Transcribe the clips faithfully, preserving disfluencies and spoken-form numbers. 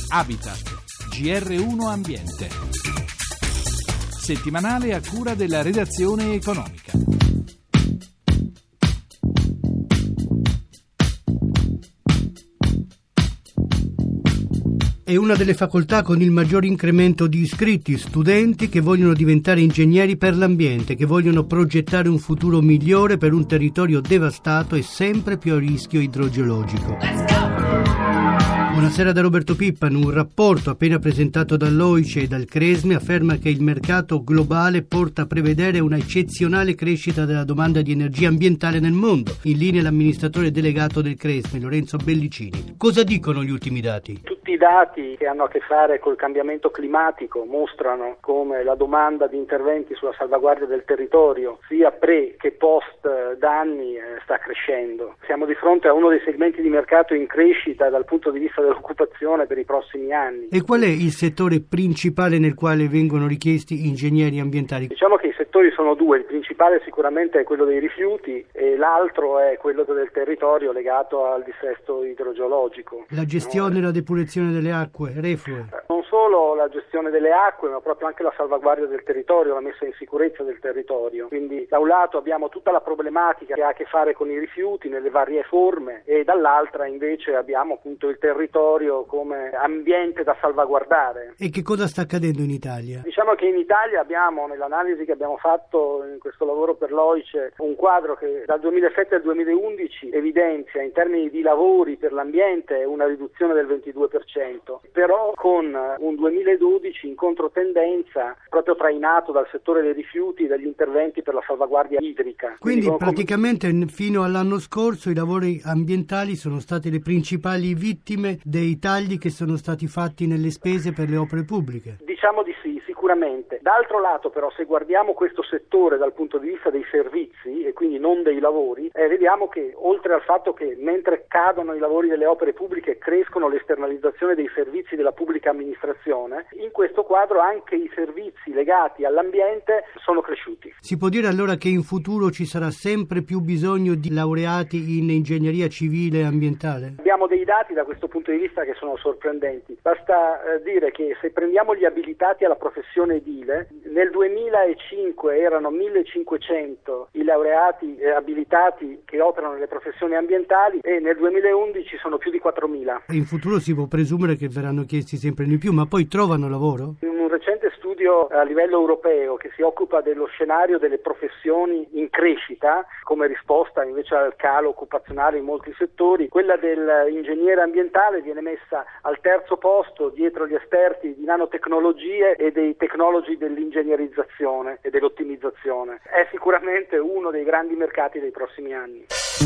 Habitat, G R uno Ambiente. Settimanale a cura della redazione economica. È una delle facoltà con il maggior incremento di iscritti, studenti che vogliono diventare ingegneri per l'ambiente, che vogliono progettare un futuro migliore per un territorio devastato e sempre più a rischio idrogeologico. Buonasera da Roberto Pippan. Un rapporto appena presentato dall'O I C E e dal Cresme afferma che il mercato globale porta a prevedere una eccezionale crescita della domanda di energia ambientale nel mondo. In linea l'amministratore delegato del Cresme, Lorenzo Bellicini. Cosa dicono gli ultimi dati? Tutti i dati che hanno a che fare col cambiamento climatico mostrano come la domanda di interventi sulla salvaguardia del territorio, sia pre che post danni, sta crescendo. Siamo di fronte a uno dei segmenti di mercato in crescita dal punto di vista dell'occupazione per i prossimi anni. E qual è il settore principale nel quale vengono richiesti ingegneri ambientali? Diciamo che i settori sono due, il principale sicuramente è quello dei rifiuti e l'altro è quello del territorio legato al dissesto idrogeologico. La gestione e la depurazione delle acque, reflue. Non solo la gestione delle acque, ma proprio anche la salvaguardia del territorio, la messa in sicurezza del territorio. Quindi da un lato abbiamo tutta la problematica che ha a che fare con i rifiuti nelle varie forme e dall'altra invece abbiamo appunto il territorio come ambiente da salvaguardare. E che cosa sta accadendo in Italia? Diciamo che in Italia abbiamo, nell'analisi che abbiamo fatto in questo lavoro per l'O I C E, un quadro che dal duemilasette al duemilaundici evidenzia in termini di lavori per l'ambiente una riduzione del ventidue per cento, però con un duemiladodici in controtendenza proprio trainato dal settore dei rifiuti e dagli interventi per la salvaguardia idrica. Quindi, Quindi praticamente come... fino all'anno scorso i lavori ambientali sono state le principali vittime dei tagli che sono stati fatti nelle spese per le opere pubbliche. Diciamo di sì, sicuramente. D'altro lato però, se guardiamo questo settore dal punto di vista dei servizi e quindi non dei lavori, eh, vediamo che oltre al fatto che mentre cadono i lavori delle opere pubbliche crescono l'esternalizzazione dei servizi della pubblica amministrazione, in questo quadro anche i servizi legati all'ambiente sono cresciuti. Si può dire allora che in futuro ci sarà sempre più bisogno di laureati in ingegneria civile e ambientale? Abbiamo dei dati da questo punto di vista che sono sorprendenti. Basta eh, dire che se prendiamo gli abilitati alla professione edile, nel duemilacinque erano millecinquecento i laureati eh, abilitati che operano nelle professioni ambientali e nel duemilaundici sono più di quattromila. In futuro si può presumere che verranno chiesti sempre di più, ma poi trovano lavoro? In un recente studio a livello europeo che si occupa dello scenario delle professioni in crescita come risposta invece al calo occupazionale in molti settori, quella dell'ingegnere ambientale viene messa al terzo posto dietro gli esperti di nanotecnologie e dei tecnologi dell'ingegnerizzazione e dell'ottimizzazione. È sicuramente uno dei grandi mercati dei prossimi anni.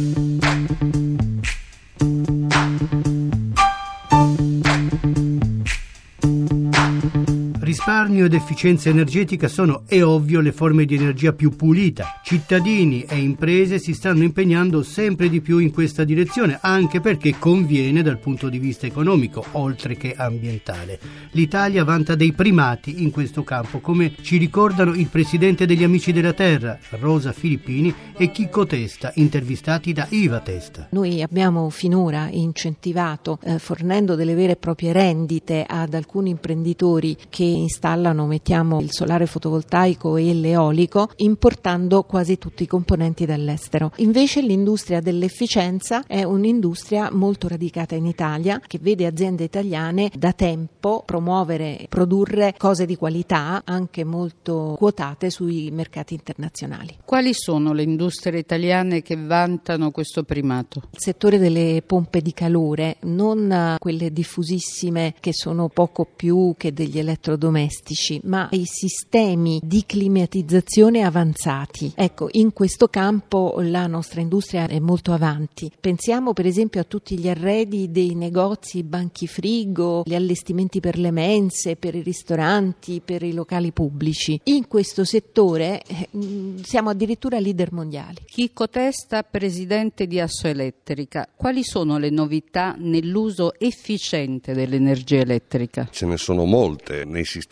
Risparmio ed efficienza energetica sono, è ovvio, le forme di energia più pulita. Cittadini e imprese si stanno impegnando sempre di più in questa direzione, anche perché conviene dal punto di vista economico, oltre che ambientale. L'Italia vanta dei primati in questo campo, come ci ricordano il presidente degli Amici della Terra, Rosa Filippini, e Chicco Testa, intervistati da Iva Testa. Noi abbiamo finora incentivato, eh, fornendo delle vere e proprie rendite ad alcuni imprenditori che installano, mettiamo, il solare fotovoltaico e l'eolico, importando quasi tutti i componenti dall'estero. Invece l'industria dell'efficienza è un'industria molto radicata in Italia, che vede aziende italiane da tempo promuovere e produrre cose di qualità, anche molto quotate sui mercati internazionali. Quali sono le industrie italiane che vantano questo primato? Il settore delle pompe di calore, non quelle diffusissime che sono poco più che degli elettrodomestici, ma i sistemi di climatizzazione avanzati. Ecco, in questo campo la nostra industria è molto avanti. Pensiamo per esempio a tutti gli arredi dei negozi, banchi frigo, gli allestimenti per le mense, per i ristoranti, per i locali pubblici. In questo settore eh, siamo addirittura leader mondiali. Chicco Testa, presidente di Assoelettrica. Quali sono le novità nell'uso efficiente dell'energia elettrica? Ce ne sono molte nei sistemi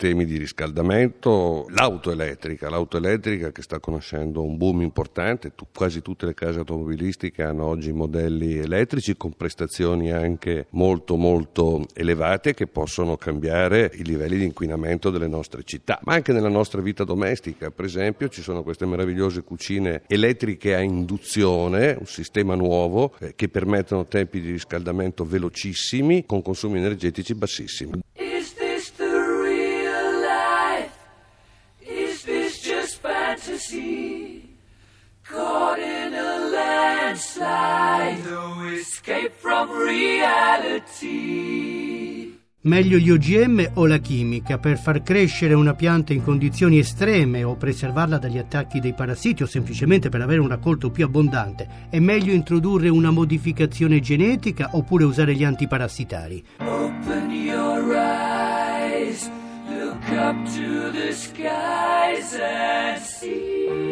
temi di riscaldamento, l'auto elettrica, l'auto elettrica che sta conoscendo un boom importante. Tu, quasi tutte le case automobilistiche hanno oggi modelli elettrici con prestazioni anche molto molto elevate che possono cambiare i livelli di inquinamento delle nostre città, ma anche nella nostra vita domestica. Per esempio ci sono queste meravigliose cucine elettriche a induzione, un sistema nuovo eh, che permettono tempi di riscaldamento velocissimi con consumi energetici bassissimi. Is this the real life? Is this just fantasy? Caught in a landslide, no escape from reality. Meglio gli O G M o la chimica per far crescere una pianta in condizioni estreme o preservarla dagli attacchi dei parassiti o semplicemente per avere un raccolto più abbondante? È meglio introdurre una modificazione genetica oppure usare gli antiparassitari? Open your eyes, look up to the skies and see.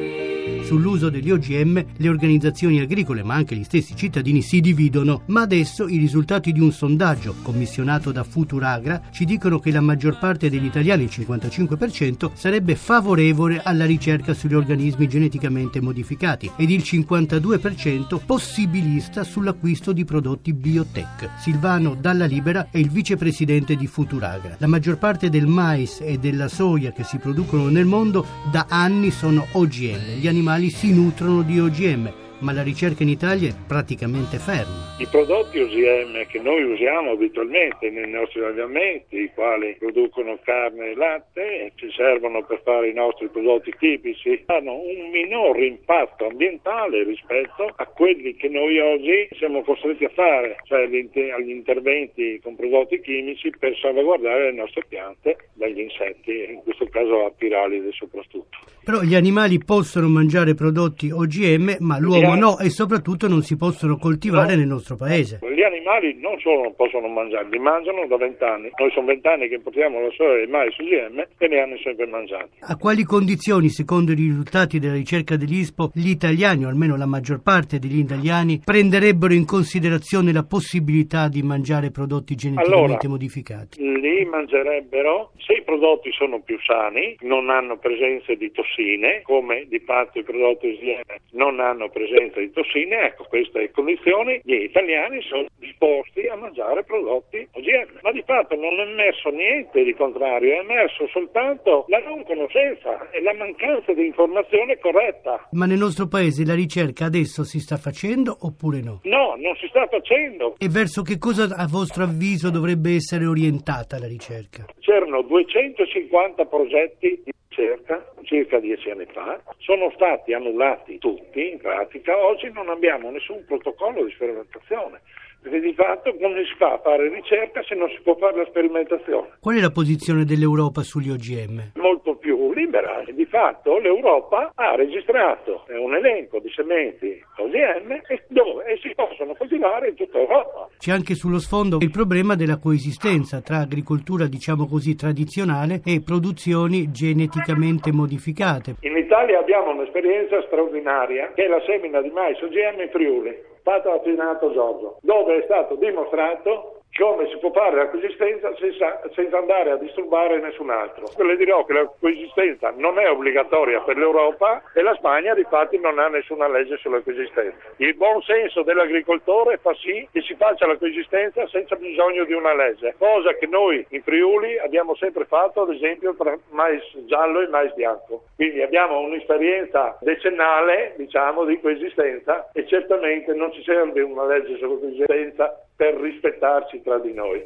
Sull'uso degli O G M le organizzazioni agricole ma anche gli stessi cittadini si dividono, ma adesso i risultati di un sondaggio commissionato da Futuragra ci dicono che la maggior parte degli italiani, il cinquantacinque per cento, sarebbe favorevole alla ricerca sugli organismi geneticamente modificati ed il cinquantadue per cento possibilista sull'acquisto di prodotti biotech. Silvano Dalla Libera è il vicepresidente di Futuragra. La maggior parte del mais e della soia che si producono nel mondo da anni sono O G M. Gli animali si nutrono di O G M, ma la ricerca in Italia è praticamente ferma. I prodotti O G M che noi usiamo abitualmente nei nostri allevamenti, i quali producono carne e latte e ci servono per fare i nostri prodotti tipici, hanno un minor impatto ambientale rispetto a quelli che noi oggi siamo costretti a fare, cioè agli interventi con prodotti chimici per salvaguardare le nostre piante dagli insetti, in questo caso la piralide soprattutto. Però gli animali possono mangiare prodotti O G M, ma l'uomo no, e soprattutto non si possono coltivare no. nel nostro paese. Gli animali non solo non possono mangiare, li mangiano da vent'anni. Noi sono vent'anni che importiamo la soia e il mais O G M e li hanno sempre mangiati. A quali condizioni, secondo i risultati della ricerca dell'I S P O, gli italiani, o almeno la maggior parte degli italiani, prenderebbero in considerazione la possibilità di mangiare prodotti geneticamente allora, modificati? Li mangerebbero se i prodotti sono più sani, non hanno presenza di tossine, come di fatto i prodotti O G M non hanno presenza di tossine. Ecco, queste condizioni gli italiani sono disposti a mangiare prodotti O G M, ma di fatto non è emerso niente di contrario, è emerso soltanto la non conoscenza e la mancanza di informazione corretta. Ma nel nostro paese la ricerca adesso si sta facendo oppure no? No, non si sta facendo. E verso che cosa a vostro avviso dovrebbe essere orientata la ricerca? C'erano duecentocinquanta progetti di ricerca circa dieci anni fa, sono stati annullati tutti in pratica. Oggi non abbiamo nessun protocollo di sperimentazione, perché di fatto come si fa a fare ricerca se non si può fare la sperimentazione? Qual è la posizione dell'Europa sugli O G M? Molto più libera. Di fatto l'Europa ha registrato un elenco di sementi O G M e, dove, e si possono coltivare in tutta Europa. C'è anche sullo sfondo il problema della coesistenza tra agricoltura, diciamo così, tradizionale e produzioni geneticamente modificate. In Italia abbiamo un'esperienza straordinaria che è la semina di mais O G M in Friuli, fatta da Pinato Giorgio, dove è stato dimostrato come si può fare la coesistenza senza, senza andare a disturbare nessun altro. Le dirò che la coesistenza non è obbligatoria per l'Europa e la Spagna di fatti non ha nessuna legge sulla coesistenza. Il buon senso dell'agricoltore fa sì che si faccia la coesistenza senza bisogno di una legge, cosa che noi in Friuli abbiamo sempre fatto, ad esempio tra mais giallo e mais bianco. Quindi abbiamo un'esperienza decennale, diciamo, di coesistenza e certamente non ci serve una legge sulla coesistenza per rispettarci tra di noi.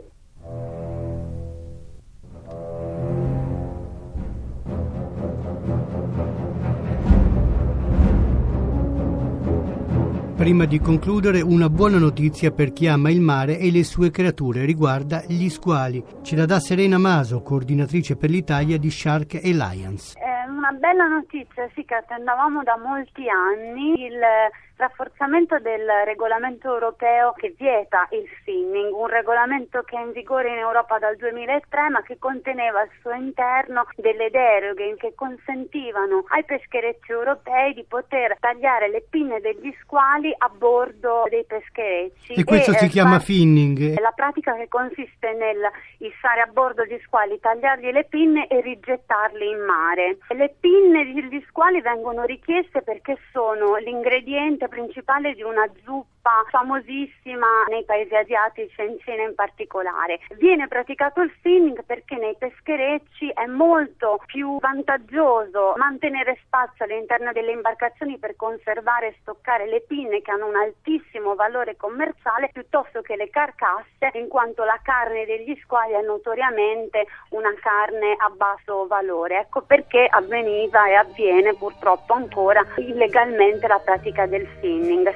Prima di concludere, una buona notizia per chi ama il mare e le sue creature, riguarda gli squali. Ce la dà Serena Maso, coordinatrice per l'Italia di Shark Alliance. È una bella notizia, sì, che attendavamo da molti anni. Il rafforzamento del regolamento europeo che vieta il finning, un regolamento che è in vigore in Europa dal duemilatré ma che conteneva al suo interno delle deroghe che consentivano ai pescherecci europei di poter tagliare le pinne degli squali a bordo dei pescherecci. E questo e, si eh, chiama finning? La pratica che consiste nel issare a bordo gli squali, tagliargli le pinne e rigettarli in mare. Le pinne degli squali vengono richieste perché sono l'ingrediente principale di una zuppa famosissima nei paesi asiatici e in Cina in particolare. Viene praticato il finning perché nei pescherecci è molto più vantaggioso mantenere spazio all'interno delle imbarcazioni per conservare e stoccare le pinne che hanno un altissimo valore commerciale piuttosto che le carcasse, in quanto la carne degli squali è notoriamente una carne a basso valore. Ecco perché avveniva e avviene purtroppo ancora illegalmente la pratica del finning.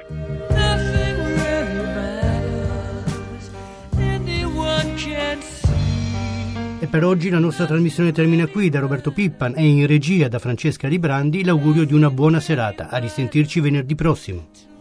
E per oggi la nostra trasmissione termina qui. Da Roberto Pippan e in regia da Francesca Librandi l'augurio di una buona serata. A risentirci venerdì prossimo.